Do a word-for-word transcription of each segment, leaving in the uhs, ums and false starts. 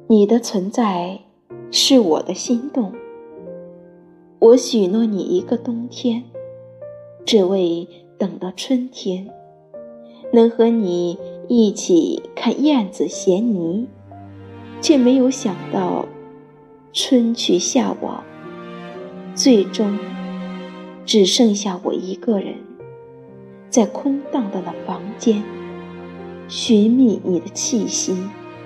你的存在是我的心动，我许诺你一个冬天，只为等到春天，能和你一起看燕子衔泥，却没有想到春去夏往，最终只剩下我一个人，在空荡荡的房间寻觅你的气息。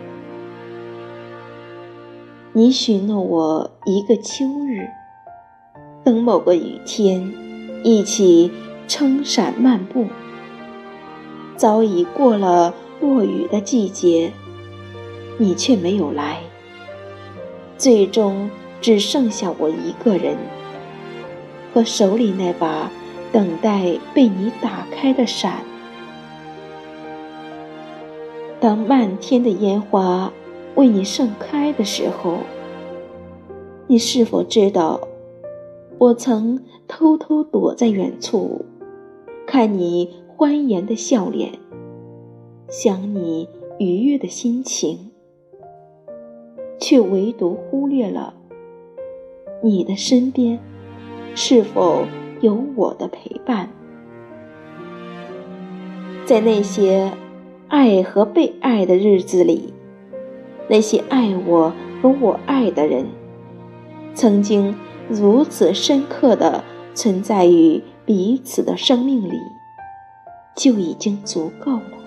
你许诺我一个秋日，等某个雨天一起撑伞漫步，早已过了落雨的季节，你却没有来，最终只剩下我一个人，和手里那把等待被你打开的伞。当漫天的烟花为你盛开的时候，你是否知道，我曾偷偷躲在远处，看你欢颜的笑脸，想你愉悦的心情，却唯独忽略了你的身边是否有我的陪伴。在那些爱和被爱的日子里，那些爱我和我爱的人，曾经如此深刻地存在于彼此的生命里，就已经足够了。